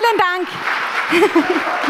Vielen Dank.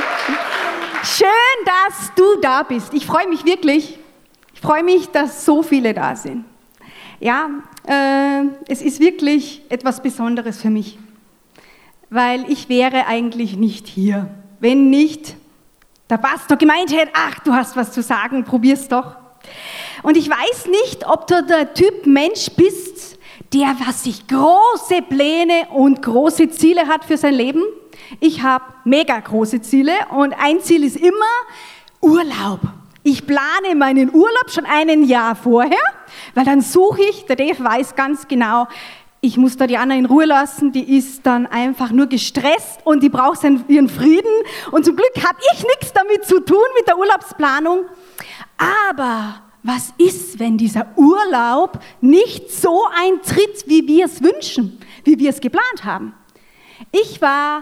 Schön, dass du da bist. Ich freue mich wirklich. Ich freue mich, dass so viele da sind. Ja, es ist wirklich etwas Besonderes für mich, weil ich wäre eigentlich nicht hier, wenn nicht der Pastor gemeint hätte, ach, du hast was zu sagen, probier's doch. Und ich weiß nicht, ob du der Typ Mensch bist, der sich große Pläne und große Ziele hat für sein Leben. Ich habe mega große Ziele und ein Ziel ist immer Urlaub. Ich plane meinen Urlaub schon ein Jahr vorher, weil dann suche ich, der Dave weiß ganz genau, ich muss da die Anna in Ruhe lassen, die ist dann einfach nur gestresst und die braucht ihren Frieden. Und zum Glück habe ich nichts damit zu tun mit der Urlaubsplanung. Aber was ist, wenn dieser Urlaub nicht so eintritt, wie wir es wünschen, wie wir es geplant haben? Ich war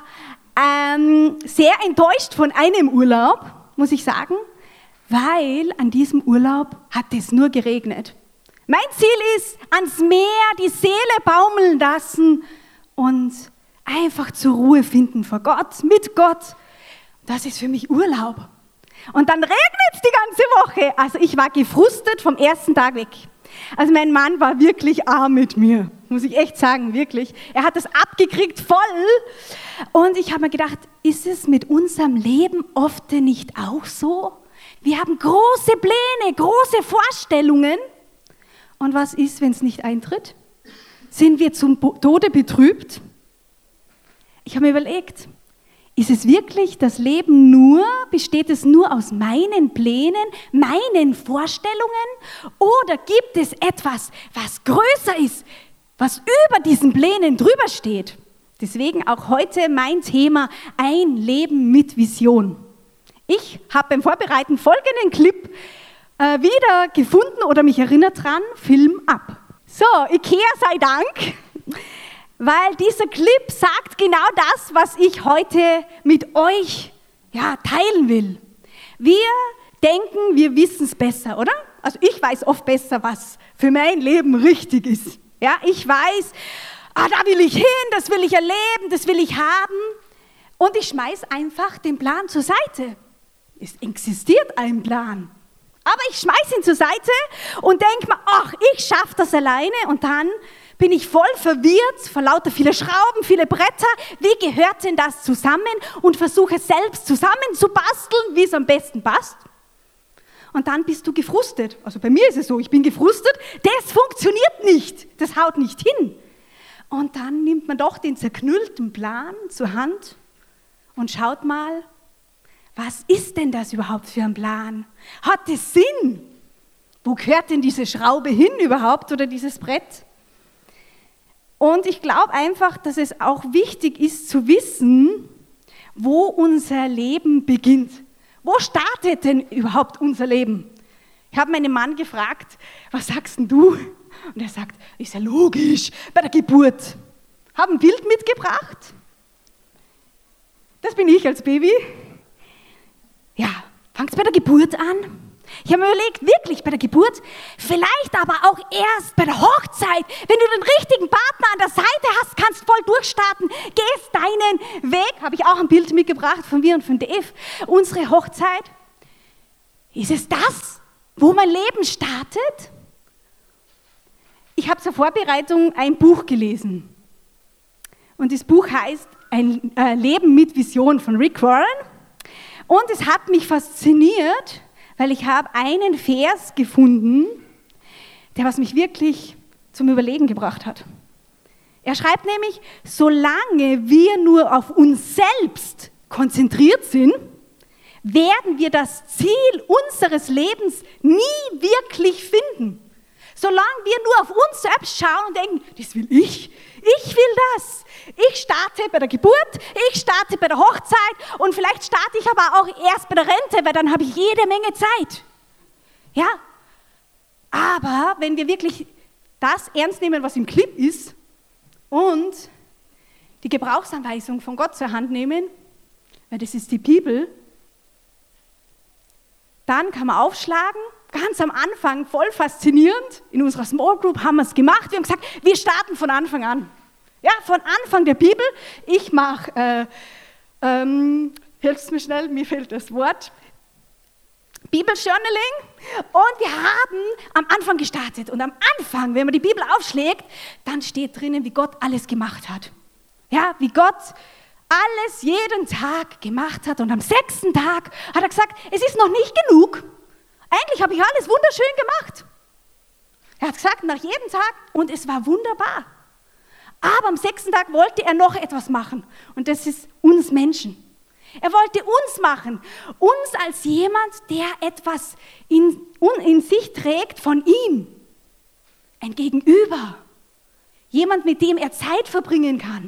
sehr enttäuscht von einem Urlaub, muss ich sagen, weil an diesem Urlaub hat es nur geregnet. Mein Ziel ist, ans Meer die Seele baumeln lassen und einfach zur Ruhe finden vor Gott, mit Gott. Das ist für mich Urlaub. Und dann regnet es die ganze Woche. Also ich war gefrustet vom ersten Tag weg. Also mein Mann war wirklich arm mit mir, muss ich echt sagen, wirklich. Er hat das abgekriegt voll. Und ich habe mir gedacht, ist es mit unserem Leben oft nicht auch so? Wir haben große Pläne, große Vorstellungen. Und was ist, wenn es nicht eintritt? Sind wir zum Tode betrübt? Ich habe mir überlegt, ist es wirklich das Leben besteht es nur aus meinen Plänen, meinen Vorstellungen? Oder gibt es etwas, was größer ist, was über diesen Plänen drüber steht? Deswegen auch heute mein Thema, ein Leben mit Vision. Ich habe beim Vorbereiten folgenden Clip wieder gefunden oder mich erinnert dran, Film ab. So, Ikea sei Dank, weil dieser Clip sagt genau das, was ich heute mit euch teilen will. Wir denken, wir wissen es besser, oder? Also ich weiß oft besser, was für mein Leben richtig ist. Ja, ich weiß, da will ich hin, das will ich erleben, das will ich haben. Und ich schmeiß einfach den Plan zur Seite. Es existiert ein Plan. Aber ich schmeiß ihn zur Seite und denke mir, ach, ich schaffe das alleine. Und dann bin ich voll verwirrt vor lauter viele Schrauben, viele Bretter. Wie gehört denn das zusammen? Und versuche selbst zusammenzubasteln, wie es am besten passt. Und dann bist du gefrustet. Also bei mir ist es so, ich bin gefrustet. Das funktioniert nicht. Das haut nicht hin. Und dann nimmt man doch den zerknüllten Plan zur Hand und schaut mal, was ist denn das überhaupt für ein Plan? Hat es Sinn? Wo gehört denn diese Schraube hin überhaupt oder dieses Brett? Und ich glaube einfach, dass es auch wichtig ist zu wissen, wo unser Leben beginnt. Wo startet denn überhaupt unser Leben? Ich habe meinen Mann gefragt, was sagst denn du? Und er sagt, ist ja logisch, bei der Geburt. Habe ein Bild mitgebracht. Das bin ich als Baby. Ja, fangst bei der Geburt an. Ich habe mir überlegt, wirklich bei der Geburt, vielleicht aber auch erst bei der Hochzeit. Wenn du den richtigen Partner an der Seite hast, kannst du voll durchstarten, gehst deinen Weg. Habe ich auch ein Bild mitgebracht von mir und von Dave. Unsere Hochzeit. Ist es das, wo mein Leben startet? Ich habe zur Vorbereitung ein Buch gelesen. Und das Buch heißt Ein Leben mit Vision von Rick Warren. Und es hat mich fasziniert, weil ich habe einen Vers gefunden, der was mich wirklich zum Überlegen gebracht hat. Er schreibt nämlich, solange wir nur auf uns selbst konzentriert sind, werden wir das Ziel unseres Lebens nie wirklich finden. Solange wir nur auf uns selbst schauen und denken, das will ich will das. Ich starte bei der Geburt, ich starte bei der Hochzeit und vielleicht starte ich aber auch erst bei der Rente, weil dann habe ich jede Menge Zeit. Ja, aber wenn wir wirklich das ernst nehmen, was im Clip ist und die Gebrauchsanweisung von Gott zur Hand nehmen, weil das ist die Bibel, dann kann man aufschlagen, ganz am Anfang, voll faszinierend, in unserer Small Group haben wir es gemacht, wir haben gesagt, wir starten von Anfang an. Ja, von Anfang der Bibel, ich mache hilfst mir schnell, mir fehlt das Wort. Bibeljournaling. Und wir haben am Anfang gestartet. Und am Anfang, wenn man die Bibel aufschlägt, dann steht drinnen, wie Gott alles gemacht hat. Ja, wie Gott alles jeden Tag gemacht hat. Und am 6. Tag hat er gesagt, es ist noch nicht genug. Eigentlich habe ich alles wunderschön gemacht. Er hat gesagt, nach jedem Tag, und es war wunderbar. Aber am 6. Tag wollte er noch etwas machen. Und das ist uns Menschen. Er wollte uns machen. Uns als jemand, der etwas in sich trägt von ihm. Ein Gegenüber. Jemand, mit dem er Zeit verbringen kann.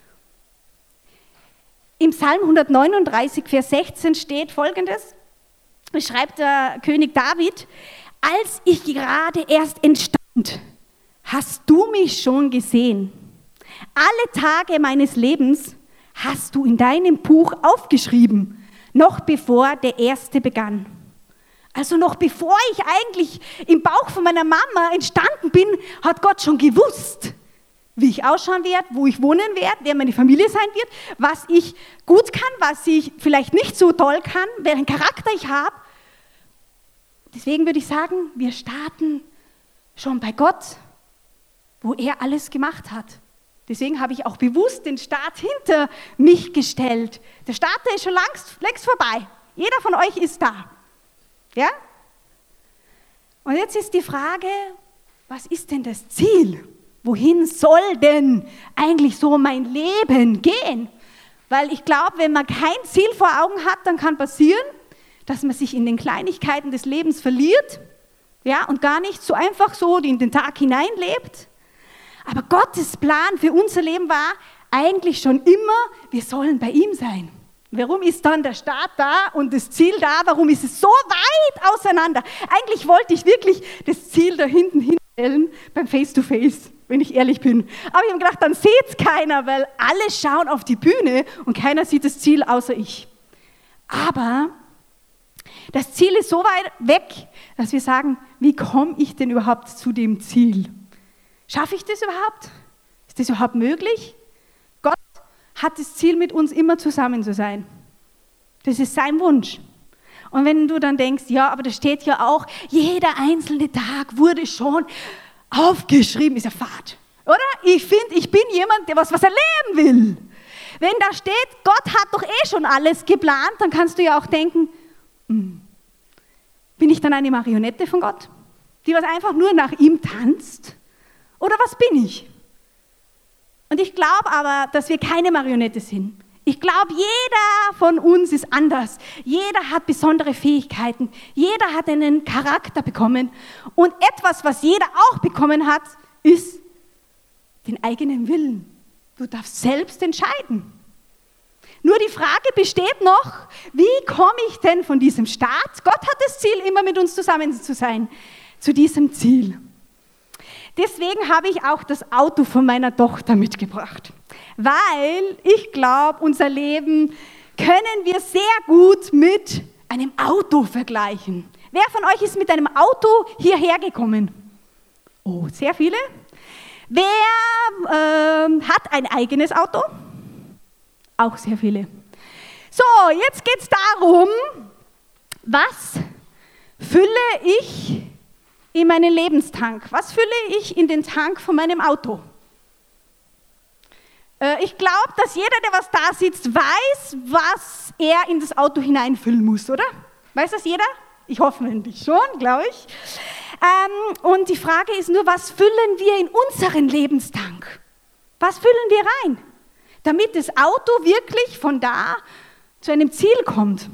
Im Psalm 139, Vers 16 steht Folgendes. Es schreibt der König David, als ich gerade erst entstand, hast du mich schon gesehen. Alle Tage meines Lebens hast du in deinem Buch aufgeschrieben, noch bevor der erste begann. Also noch bevor ich eigentlich im Bauch von meiner Mama entstanden bin, hat Gott schon gewusst, wie ich ausschauen werde, wo ich wohnen werde, wer meine Familie sein wird, was ich gut kann, was ich vielleicht nicht so toll kann, welchen Charakter ich habe. Deswegen würde ich sagen, wir starten schon bei Gott, wo er alles gemacht hat. Deswegen habe ich auch bewusst den Start hinter mich gestellt. Der Starter ist schon längst vorbei. Jeder von euch ist da. Ja? Und jetzt ist die Frage, was ist denn das Ziel? Wohin soll denn eigentlich so mein Leben gehen? Weil ich glaube, wenn man kein Ziel vor Augen hat, dann kann passieren, dass man sich in den Kleinigkeiten des Lebens verliert, ja, und gar nicht so einfach so in den Tag hineinlebt. Aber Gottes Plan für unser Leben war eigentlich schon immer, wir sollen bei ihm sein. Warum ist dann der Start da und das Ziel da? Warum ist es so weit auseinander? Eigentlich wollte ich wirklich das Ziel da hinten hinstellen beim Face-to-Face, wenn ich ehrlich bin. Aber ich habe gedacht, dann sieht es keiner, weil alle schauen auf die Bühne und keiner sieht das Ziel außer ich. Aber das Ziel ist so weit weg, dass wir sagen, wie komme ich denn überhaupt zu dem Ziel? Schaffe ich das überhaupt? Ist das überhaupt möglich? Gott hat das Ziel, mit uns immer zusammen zu sein. Das ist sein Wunsch. Und wenn du dann denkst, ja, aber da steht ja auch, jeder einzelne Tag wurde schon aufgeschrieben, ist ja Fahrt. Oder? Ich finde, ich bin jemand, der was erleben will. Wenn da steht, Gott hat doch schon alles geplant, dann kannst du ja auch denken, bin ich dann eine Marionette von Gott, die was einfach nur nach ihm tanzt? Oder was bin ich? Und ich glaube aber, dass wir keine Marionette sind. Ich glaube, jeder von uns ist anders. Jeder hat besondere Fähigkeiten. Jeder hat einen Charakter bekommen. Und etwas, was jeder auch bekommen hat, ist den eigenen Willen. Du darfst selbst entscheiden. Nur die Frage besteht noch, wie komme ich denn von diesem Start? Gott hat das Ziel, immer mit uns zusammen zu sein, zu diesem Ziel. Deswegen habe ich auch das Auto von meiner Tochter mitgebracht, weil ich glaube, unser Leben können wir sehr gut mit einem Auto vergleichen. Wer von euch ist mit einem Auto hierher gekommen? Oh, sehr viele. Wer hat ein eigenes Auto? Auch sehr viele. So, jetzt geht es darum, was fülle ich in meinen Lebenstank? Was fülle ich in den Tank von meinem Auto? Ich glaube, dass jeder, der was da sitzt, weiß, was er in das Auto hineinfüllen muss, oder? Weiß das jeder? Ich hoffe nämlich schon, glaube ich. Und die Frage ist nur, was füllen wir in unseren Lebenstank? Was füllen wir rein? Damit das Auto wirklich von da zu einem Ziel kommt.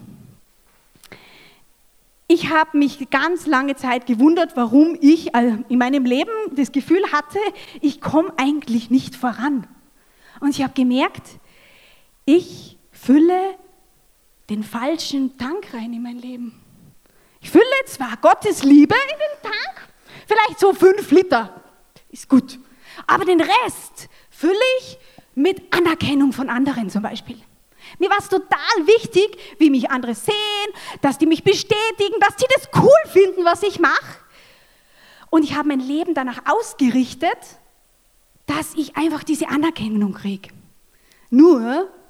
Ich habe mich ganz lange Zeit gewundert, warum ich in meinem Leben das Gefühl hatte, ich komme eigentlich nicht voran. Und ich habe gemerkt, ich fülle den falschen Tank rein in mein Leben. Ich fülle zwar Gottes Liebe in den Tank, vielleicht so 5 Liter, ist gut. Aber den Rest fülle ich mit Anerkennung von anderen zum Beispiel. Mir war es total wichtig, wie mich andere sehen, dass die mich bestätigen, dass sie das cool finden, was ich mache. Und ich habe mein Leben danach ausgerichtet, dass ich einfach diese Anerkennung kriege. Nur,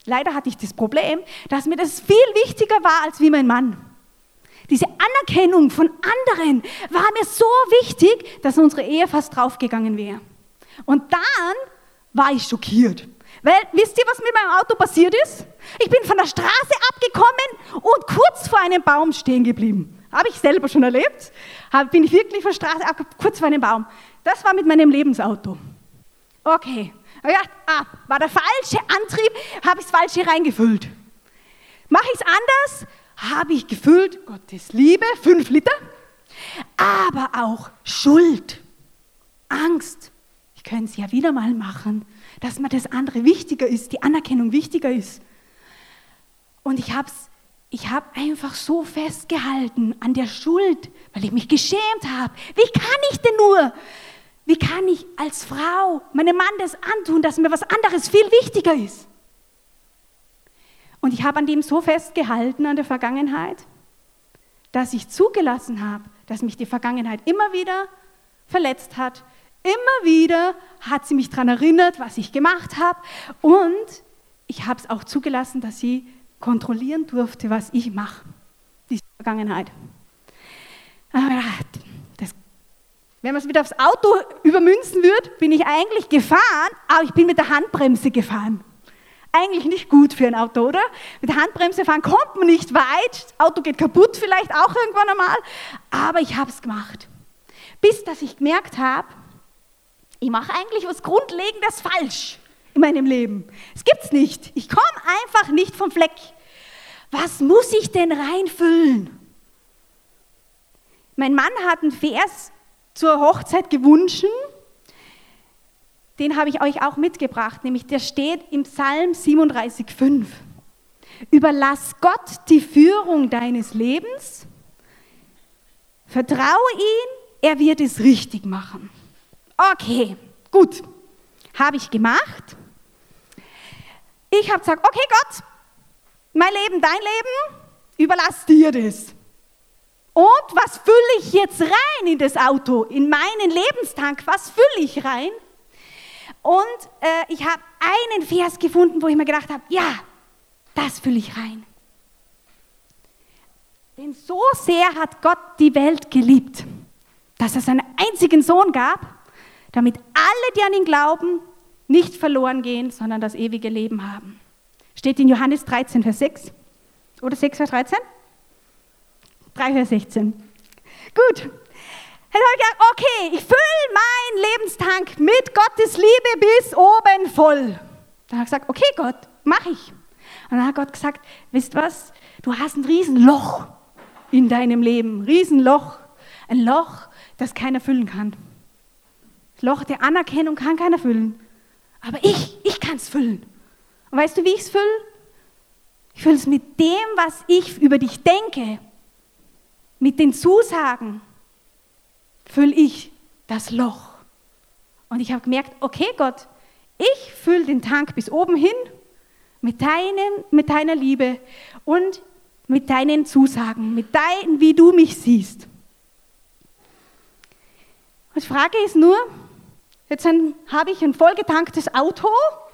Leider hatte ich das Problem, dass mir das viel wichtiger war als wie mein Mann. Diese Anerkennung von anderen war mir so wichtig, dass unsere Ehe fast draufgegangen wäre. Und dann war ich schockiert. Weil, wisst ihr, was mit meinem Auto passiert ist? Ich bin von der Straße abgekommen und kurz vor einem Baum stehen geblieben. Habe ich selber schon erlebt. Bin ich wirklich von der Straße abgekommen, kurz vor einem Baum. Das war mit meinem Lebensauto. Okay. Ja, war der falsche Antrieb, habe ich das Falsche reingefüllt. Mache ich es anders, habe ich gefüllt, Gottes Liebe, 5 Liter, aber auch Schuld, Angst. Ich könnte es ja wieder mal machen, dass mir das andere wichtiger ist, die Anerkennung wichtiger ist. Und ich habe einfach so festgehalten an der Schuld, weil ich mich geschämt habe. Wie kann ich denn nur? Wie kann ich als Frau meinem Mann das antun, dass mir was anderes viel wichtiger ist? Und ich habe an dem so festgehalten, an der Vergangenheit, dass ich zugelassen habe, dass mich die Vergangenheit immer wieder verletzt hat. Immer wieder hat sie mich daran erinnert, was ich gemacht habe. Und ich habe es auch zugelassen, dass sie kontrollieren durfte, was ich mache. Diese Vergangenheit. Wenn man es wieder aufs Auto übermünzen würde, bin ich eigentlich gefahren, aber ich bin mit der Handbremse gefahren. Eigentlich nicht gut für ein Auto, oder? Mit der Handbremse fahren kommt man nicht weit, das Auto geht kaputt vielleicht auch irgendwann einmal, aber ich habe es gemacht. Bis dass ich gemerkt habe, ich mache eigentlich was Grundlegendes falsch in meinem Leben. Es gibt's nicht. Ich komme einfach nicht vom Fleck. Was muss ich denn reinfüllen? Mein Mann hat einen Vers zur Hochzeit gewünscht, den habe ich euch auch mitgebracht, nämlich der steht im Psalm 37,5. Überlass Gott die Führung deines Lebens, vertraue ihm, er wird es richtig machen. Okay, gut, habe ich gemacht. Ich habe gesagt, okay Gott, mein Leben, dein Leben, überlass dir das. Und was fülle ich jetzt rein in das Auto, in meinen Lebenstank, was fülle ich rein? Und ich habe einen Vers gefunden, wo ich mir gedacht habe, ja, das fülle ich rein. Denn so sehr hat Gott die Welt geliebt, dass er seinen einzigen Sohn gab, damit alle, die an ihn glauben, nicht verloren gehen, sondern das ewige Leben haben. Steht in Johannes 13, Vers 6 oder 6, Vers 13? 3, Vers 16. Gut. Jetzt habe ich gesagt, okay, ich fülle meinen Lebenstank mit Gottes Liebe bis oben voll. Dann habe ich gesagt, okay Gott, mache ich. Und dann hat Gott gesagt, wisst was, du hast ein Riesenloch in deinem Leben, ein Riesenloch. Ein Loch, das keiner füllen kann. Das Loch der Anerkennung kann keiner füllen. Aber ich kann es füllen. Und weißt du, wie ich es fülle? Ich fülle es mit dem, was ich über dich denke. Mit den Zusagen fülle ich das Loch. Und ich habe gemerkt, okay Gott, ich fülle den Tank bis oben hin mit deiner Liebe und mit deinen Zusagen, wie du mich siehst. Und die Frage ist nur, jetzt habe ich ein vollgetanktes Auto.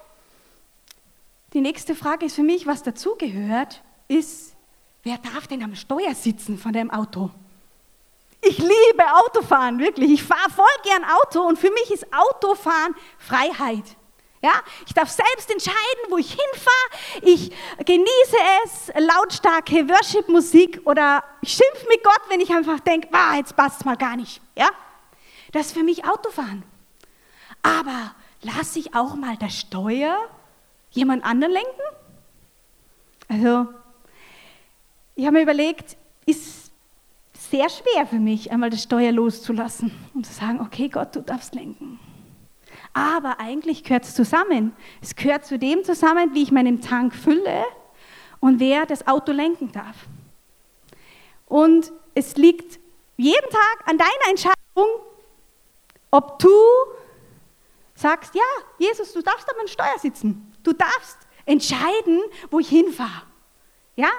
Die nächste Frage ist für mich, was dazugehört, ist, wer darf denn am Steuer sitzen von dem Auto? Ich liebe Autofahren, wirklich. Ich fahre voll gern Auto und für mich ist Autofahren Freiheit. Ja, ich darf selbst entscheiden, wo ich hinfahre. Ich genieße es, lautstarke Worship-Musik oder ich schimpfe mit Gott, wenn ich einfach denke, jetzt passt es mal gar nicht. Ja, das ist für mich Autofahren. Aber lasse ich auch mal das Steuer jemand anderen lenken? Also, ich habe mir überlegt, ist sehr schwer für mich, einmal das Steuer loszulassen und zu sagen, okay Gott, du darfst lenken. Aber eigentlich gehört es zusammen. Es gehört zu dem zusammen, wie ich meinen Tank fülle und wer das Auto lenken darf. Und es liegt jeden Tag an deiner Entscheidung, ob du sagst, ja, Jesus, du darfst an meinem Steuer sitzen. Du darfst entscheiden, wo ich hinfahre. Ja?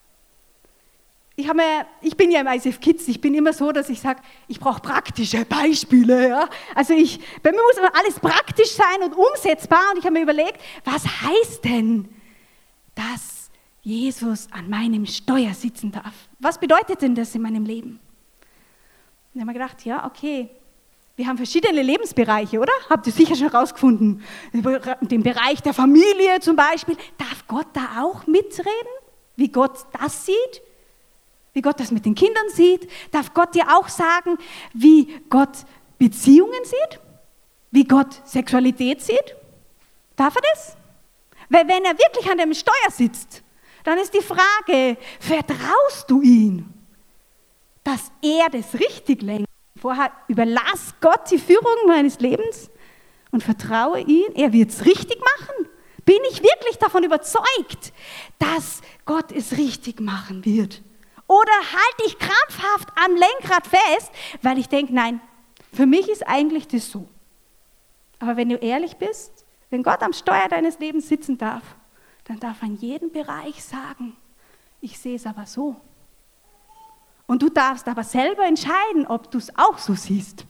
Ich bin ja im ICF Kids, ich bin immer so, dass ich sage, ich brauche praktische Beispiele. Ja? Also bei mir muss immer alles praktisch sein und umsetzbar. Und ich habe mir überlegt, was heißt denn dass Jesus an meinem Steuer sitzen darf. Was bedeutet denn das in meinem Leben? Und dann haben wir gedacht, ja, okay, wir haben verschiedene Lebensbereiche, oder? Habt ihr sicher schon herausgefunden. Den Bereich der Familie zum Beispiel. Darf Gott da auch mitreden? Wie Gott das sieht? Wie Gott das mit den Kindern sieht? Darf Gott dir auch sagen, wie Gott Beziehungen sieht? Wie Gott Sexualität sieht? Darf er das? Weil wenn er wirklich an dem Steuer sitzt, dann ist die Frage, vertraust du ihm, dass er das richtig lenkt? Vorher überlass Gott die Führung meines Lebens und vertraue ihm, er wird es richtig machen. Bin ich wirklich davon überzeugt, dass Gott es richtig machen wird? Oder halte ich krampfhaft am Lenkrad fest, weil ich denke, nein, für mich ist eigentlich das so. Aber wenn du ehrlich bist, wenn Gott am Steuer deines Lebens sitzen darf, dann darf er in jedem Bereich sagen, ich sehe es aber so. Und du darfst aber selber entscheiden, ob du es auch so siehst.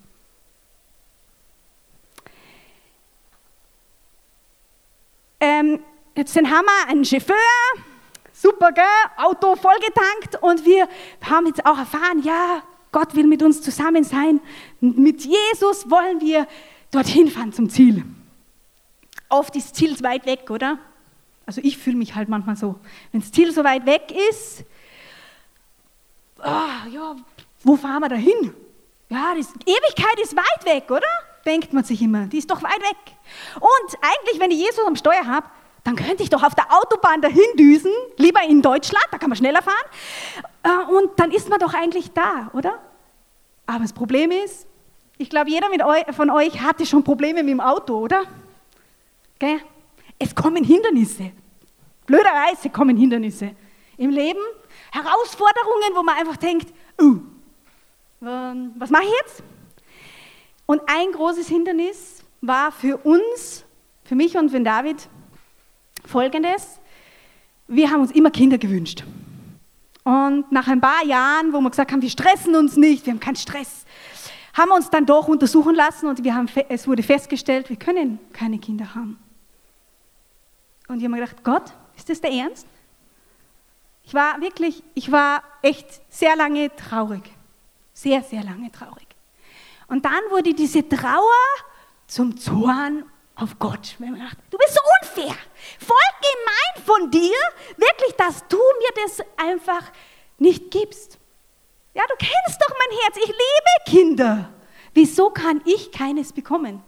Jetzt haben wir einen Chauffeur, super, gell? Auto vollgetankt und wir haben jetzt auch erfahren, ja, Gott will mit uns zusammen sein. Mit Jesus wollen wir dorthin fahren zum Ziel. Oft ist das Ziel weit weg, oder? Also ich fühle mich halt manchmal so. Wenn das Ziel so weit weg ist, ja, wo fahren wir da hin? Ja, die Ewigkeit ist weit weg, oder? Denkt man sich immer, die ist doch weit weg. Und eigentlich, wenn ich Jesus am Steuer habe, dann könnte ich doch auf der Autobahn dahin düsen, lieber in Deutschland, da kann man schneller fahren. Und dann ist man doch eigentlich da, oder? Aber das Problem ist, ich glaube, jeder von euch hatte schon Probleme mit dem Auto, oder? Gell? Es kommen Hindernisse. Blöderweise kommen Hindernisse im Leben. Herausforderungen, wo man einfach denkt, was mache ich jetzt? Und ein großes Hindernis war für uns, für mich und für David, Folgendes: Wir haben uns immer Kinder gewünscht. Und nach ein paar Jahren, wo wir gesagt haben, wir stressen uns nicht, wir haben keinen Stress, haben wir uns dann doch untersuchen lassen und es wurde festgestellt, wir können keine Kinder haben. Und ich habe mir gedacht, Gott, ist das der Ernst? Ich war echt sehr lange traurig. Sehr, sehr lange traurig. Und dann wurde diese Trauer zum Zorn auf Gott. Wenn man dachte, du bist so unfair, voll gemein von dir, wirklich, dass du mir das einfach nicht gibst. Ja, du kennst doch mein Herz, ich liebe Kinder. Wieso kann ich keines bekommen?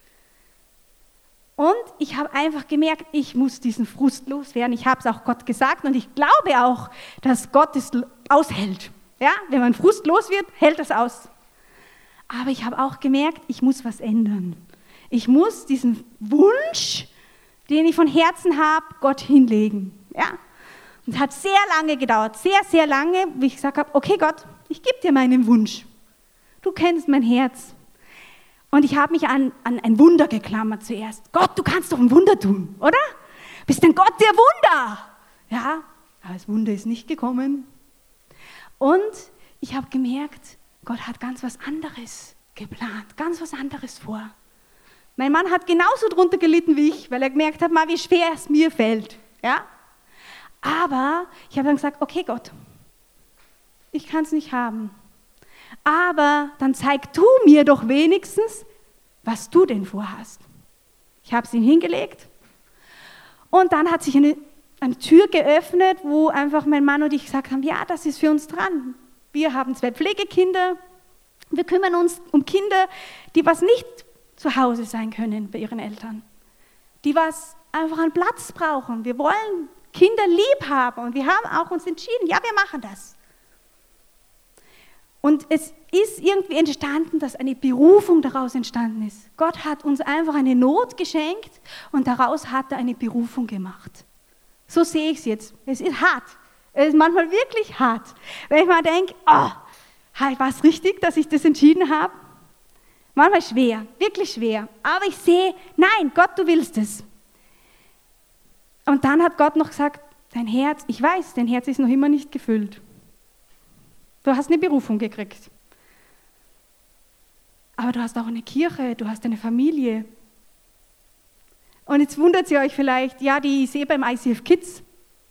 Und ich habe einfach gemerkt, ich muss diesen Frust loswerden. Ich habe es auch Gott gesagt und ich glaube auch, dass Gott es aushält. Ja, wenn man Frust los wird, hält es aus. Aber ich habe auch gemerkt, ich muss was ändern. Ich muss diesen Wunsch, den ich von Herzen habe, Gott hinlegen. Ja? Und es hat sehr lange gedauert, sehr, sehr lange, wie ich gesagt habe, okay Gott, ich gebe dir meinen Wunsch. Du kennst mein Herz. Und ich habe mich an ein Wunder geklammert zuerst. Gott, du kannst doch ein Wunder tun, oder? Bist ein Gott der Wunder. Ja, aber das Wunder ist nicht gekommen. Und ich habe gemerkt, Gott hat ganz was anderes geplant, ganz was anderes vor. Mein Mann hat genauso drunter gelitten wie ich, weil er gemerkt hat, wie schwer es mir fällt. Ja? Aber ich habe dann gesagt, okay Gott, ich kann es nicht haben. Aber dann zeig du mir doch wenigstens, was du denn vorhast. Ich habe es ihm hingelegt und dann hat sich eine Tür geöffnet, wo einfach mein Mann und ich gesagt haben, ja, das ist für uns dran. Wir haben 2 Pflegekinder, wir kümmern uns um Kinder, die was nicht zu Hause sein können bei ihren Eltern, die was einfach einen Platz brauchen. Wir wollen Kinder lieb haben und wir haben auch uns entschieden, ja, wir machen das. Und es ist irgendwie entstanden, dass eine Berufung daraus entstanden ist. Gott hat uns einfach eine Not geschenkt und daraus hat er eine Berufung gemacht. So sehe ich es jetzt. Es ist hart. Es ist manchmal wirklich hart. Wenn ich mal denke, war es richtig, dass ich das entschieden habe? Manchmal schwer, wirklich schwer. Aber ich sehe, nein, Gott, du willst es. Und dann hat Gott noch gesagt, dein Herz, ich weiß, dein Herz ist noch immer nicht gefüllt. Du hast eine Berufung gekriegt. Aber du hast auch eine Kirche, du hast eine Familie. Und jetzt wundert ihr euch vielleicht, ja, die sehe beim ICF Kids,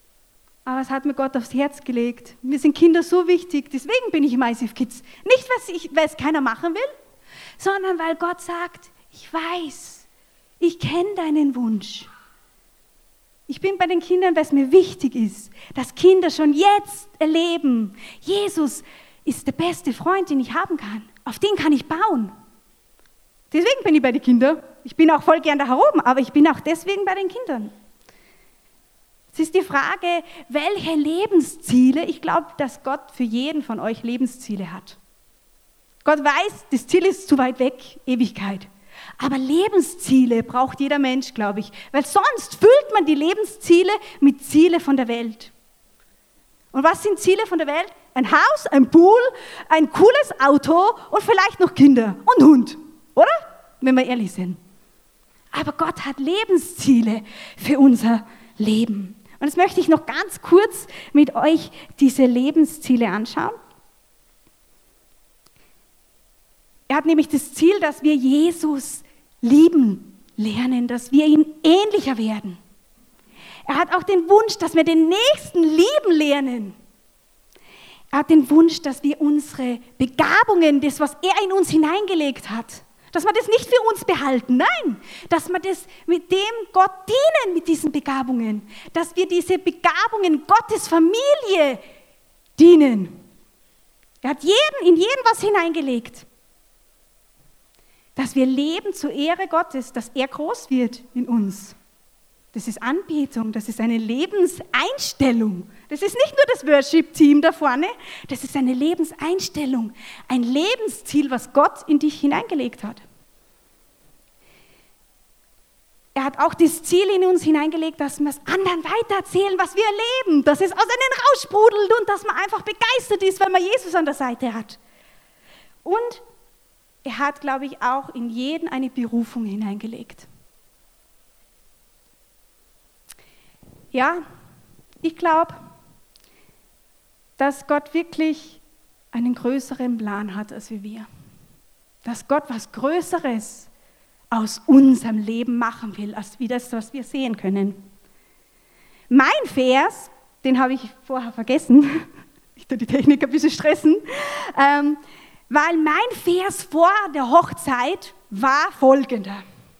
Aber es hat mir Gott aufs Herz gelegt. Mir sind Kinder so wichtig, deswegen bin ich im ICF Kids. Nicht, weil es keiner machen will, sondern weil Gott sagt, ich weiß, ich kenne deinen Wunsch. Ich bin bei den Kindern, weil es mir wichtig ist, dass Kinder schon jetzt erleben, Jesus ist der beste Freund, den ich haben kann. Auf den kann ich bauen. Deswegen bin ich bei den Kindern. Ich bin auch voll gern da herum, aber ich bin auch deswegen bei den Kindern. Es ist die Frage, welche Lebensziele, ich glaube, dass Gott für jeden von euch Lebensziele hat. Gott weiß, das Ziel ist zu weit weg, Ewigkeit. Aber Lebensziele braucht jeder Mensch, glaube ich, weil sonst füllt man die Lebensziele mit Ziele von der Welt. Und was sind Ziele von der Welt? Ein Haus, ein Pool, ein cooles Auto und vielleicht noch Kinder und Hund, oder? Wenn wir ehrlich sind. Aber Gott hat Lebensziele für unser Leben. Und jetzt möchte ich noch ganz kurz mit euch diese Lebensziele anschauen. Er hat nämlich das Ziel, dass wir Jesus lieben lernen, dass wir ihm ähnlicher werden. Er hat auch den Wunsch, dass wir den Nächsten lieben lernen. Er hat den Wunsch, dass wir unsere Begabungen, das, was er in uns hineingelegt hat, dass wir das nicht für uns behalten, nein, dass wir das mit dem Gott dienen, mit diesen Begabungen, dass wir diese Begabungen Gottes Familie dienen. Er hat in jeden was hineingelegt. Dass wir leben zur Ehre Gottes, dass er groß wird in uns. Das ist Anbetung, das ist eine Lebenseinstellung. Das ist nicht nur das Worship-Team da vorne, das ist eine Lebenseinstellung, ein Lebensziel, was Gott in dich hineingelegt hat. Er hat auch das Ziel in uns hineingelegt, dass wir es anderen weitererzählen, was wir erleben, dass es aus einem raussprudelt und dass man einfach begeistert ist, weil man Jesus an der Seite hat. Und er hat, glaube ich, auch in jeden eine Berufung hineingelegt. Ja, ich glaube, dass Gott wirklich einen größeren Plan hat als wir. Dass Gott was Größeres aus unserem Leben machen will, als wie das, was wir sehen können. Mein Vers, den habe ich vorher vergessen, ich tue die Technik ein bisschen stressen, weil mein Vers vor der Hochzeit war folgender.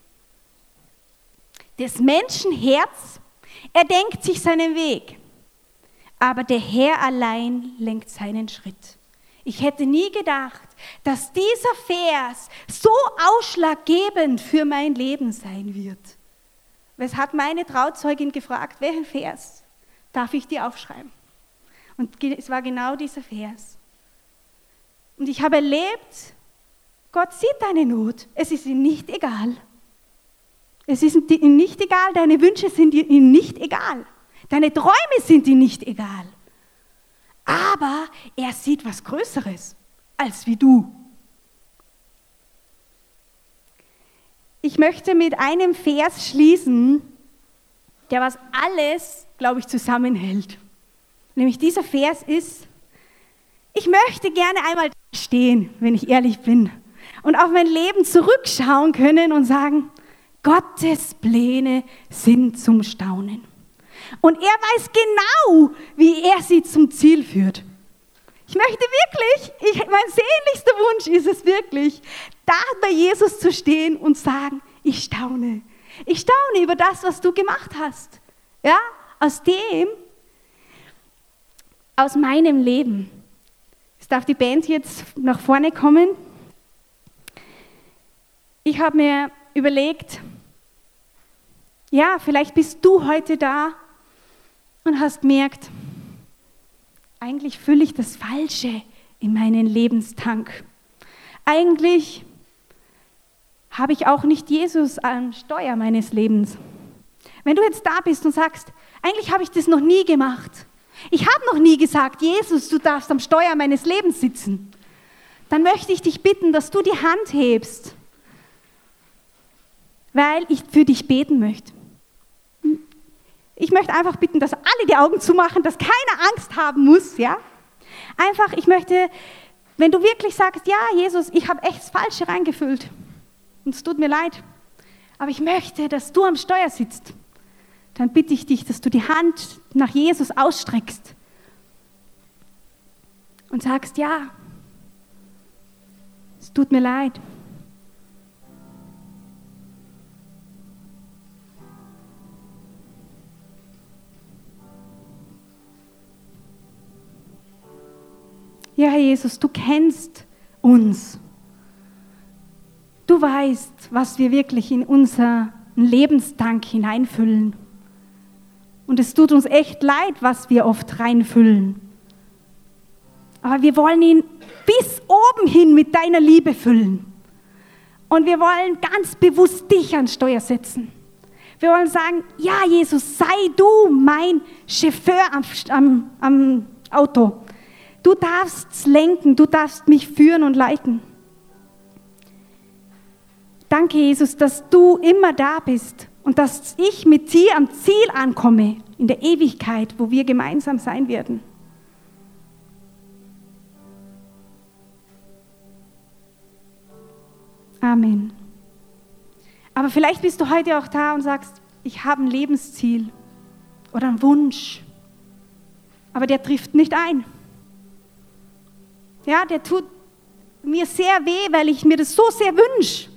Des Menschen Herz, er denkt sich seinen Weg, aber der Herr allein lenkt seinen Schritt. Ich hätte nie gedacht, dass dieser Vers so ausschlaggebend für mein Leben sein wird. Es hat meine Trauzeugin gefragt, welchen Vers darf ich dir aufschreiben? Und es war genau dieser Vers. Und ich habe erlebt, Gott sieht deine Not. Es ist ihm nicht egal. Es ist ihm nicht egal, deine Wünsche sind ihm nicht egal. Deine Träume sind ihm nicht egal. Aber er sieht was Größeres als wie du. Ich möchte mit einem Vers schließen, der was alles, glaube ich, zusammenhält. Nämlich dieser Vers ist, ich möchte gerne einmal stehen, wenn ich ehrlich bin, und auf mein Leben zurückschauen können und sagen, Gottes Pläne sind zum Staunen. Und er weiß genau, wie er sie zum Ziel führt. Ich möchte wirklich, mein sehnlichster Wunsch ist es wirklich, da bei Jesus zu stehen und sagen, ich staune. Ich staune über das, was du gemacht hast. Ja, aus meinem Leben. Jetzt darf die Band jetzt nach vorne kommen. Ich habe mir überlegt, ja, vielleicht bist du heute da und hast gemerkt, eigentlich fülle ich das Falsche in meinen Lebenstank. Eigentlich habe ich auch nicht Jesus am Steuer meines Lebens. Wenn du jetzt da bist und sagst, eigentlich habe ich das noch nie gemacht. Ich habe noch nie gesagt, Jesus, du darfst am Steuer meines Lebens sitzen. Dann möchte ich dich bitten, dass du die Hand hebst, weil ich für dich beten möchte. Ich möchte einfach bitten, dass alle die Augen zumachen, dass keiner Angst haben muss. Ja? Einfach, ich möchte, wenn du wirklich sagst, ja, Jesus, ich habe echt das Falsche reingefüllt und es tut mir leid, aber ich möchte, dass du am Steuer sitzt, dann bitte ich dich, dass du die Hand nach Jesus ausstreckst und sagst, ja, es tut mir leid. Ja, Jesus, du kennst uns. Du weißt, was wir wirklich in unseren Lebenstank hineinfüllen. Und es tut uns echt leid, was wir oft reinfüllen. Aber wir wollen ihn bis oben hin mit deiner Liebe füllen. Und wir wollen ganz bewusst dich ans Steuer setzen. Wir wollen sagen, ja, Jesus, sei du mein Chauffeur am Auto. Du darfst lenken, du darfst mich führen und leiten. Danke, Jesus, dass du immer da bist und dass ich mit dir am Ziel ankomme, in der Ewigkeit, wo wir gemeinsam sein werden. Amen. Aber vielleicht bist du heute auch da und sagst, ich habe ein Lebensziel oder einen Wunsch, aber der trifft nicht ein. Ja, der tut mir sehr weh, weil ich mir das so sehr wünsche.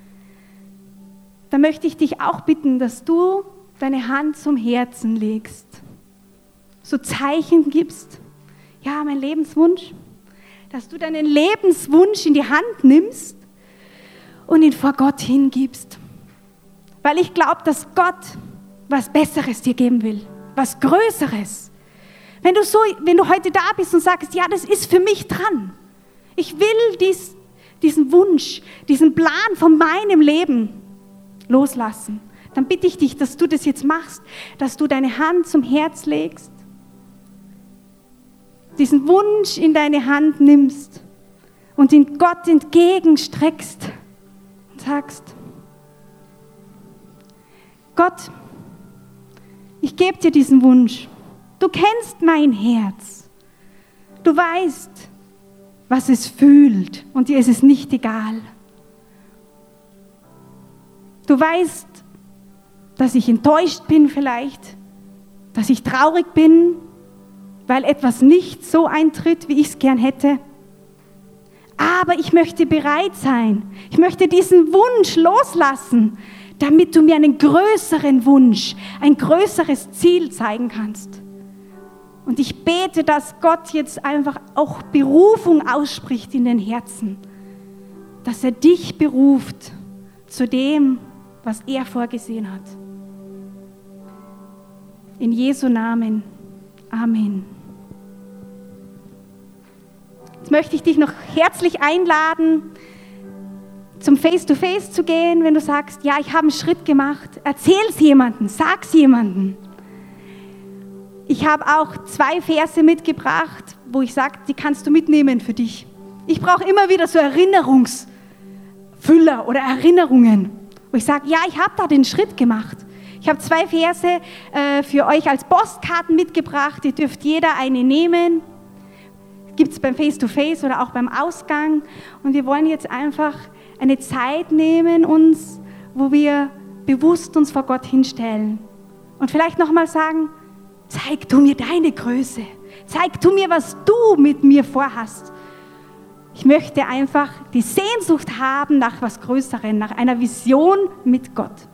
Da möchte ich dich auch bitten, dass du deine Hand zum Herzen legst, so Zeichen gibst. Ja, mein Lebenswunsch, dass du deinen Lebenswunsch in die Hand nimmst und ihn vor Gott hingibst. Weil ich glaube, dass Gott was Besseres dir geben will, was Größeres. Wenn du heute da bist und sagst, ja, das ist für mich dran. Ich will diesen Wunsch, diesen Plan von meinem Leben loslassen. Dann bitte ich dich, dass du das jetzt machst, dass du deine Hand zum Herz legst, diesen Wunsch in deine Hand nimmst und ihn Gott entgegenstreckst und sagst, Gott, ich gebe dir diesen Wunsch. Du kennst mein Herz. Du weißt, was es fühlt und dir ist es nicht egal. Du weißt, dass ich enttäuscht bin vielleicht, dass ich traurig bin, weil etwas nicht so eintritt, wie ich es gern hätte. Aber ich möchte bereit sein. Ich möchte diesen Wunsch loslassen, damit du mir einen größeren Wunsch, ein größeres Ziel zeigen kannst. Und ich bete, dass Gott jetzt einfach auch Berufung ausspricht in den Herzen, dass er dich beruft zu dem, was er vorgesehen hat. In Jesu Namen. Amen. Jetzt möchte ich dich noch herzlich einladen, zum Face-to-Face zu gehen, wenn du sagst, ja, ich habe einen Schritt gemacht. Erzähl's jemandem, sag's jemandem. Ich habe auch 2 Verse mitgebracht, wo ich sage, die kannst du mitnehmen für dich. Ich brauche immer wieder so Erinnerungsfüller oder Erinnerungen, wo ich sage, ja, ich habe da den Schritt gemacht. Ich habe 2 Verse für euch als Postkarten mitgebracht. Ihr dürft jeder eine nehmen. Gibt es beim Face-to-Face oder auch beim Ausgang. Und wir wollen jetzt einfach eine Zeit nehmen, wo wir bewusst uns vor Gott hinstellen. Und vielleicht nochmal sagen, zeig du mir deine Größe. Zeig du mir, was du mit mir vorhast. Ich möchte einfach die Sehnsucht haben nach was Größerem, nach einer Vision mit Gott.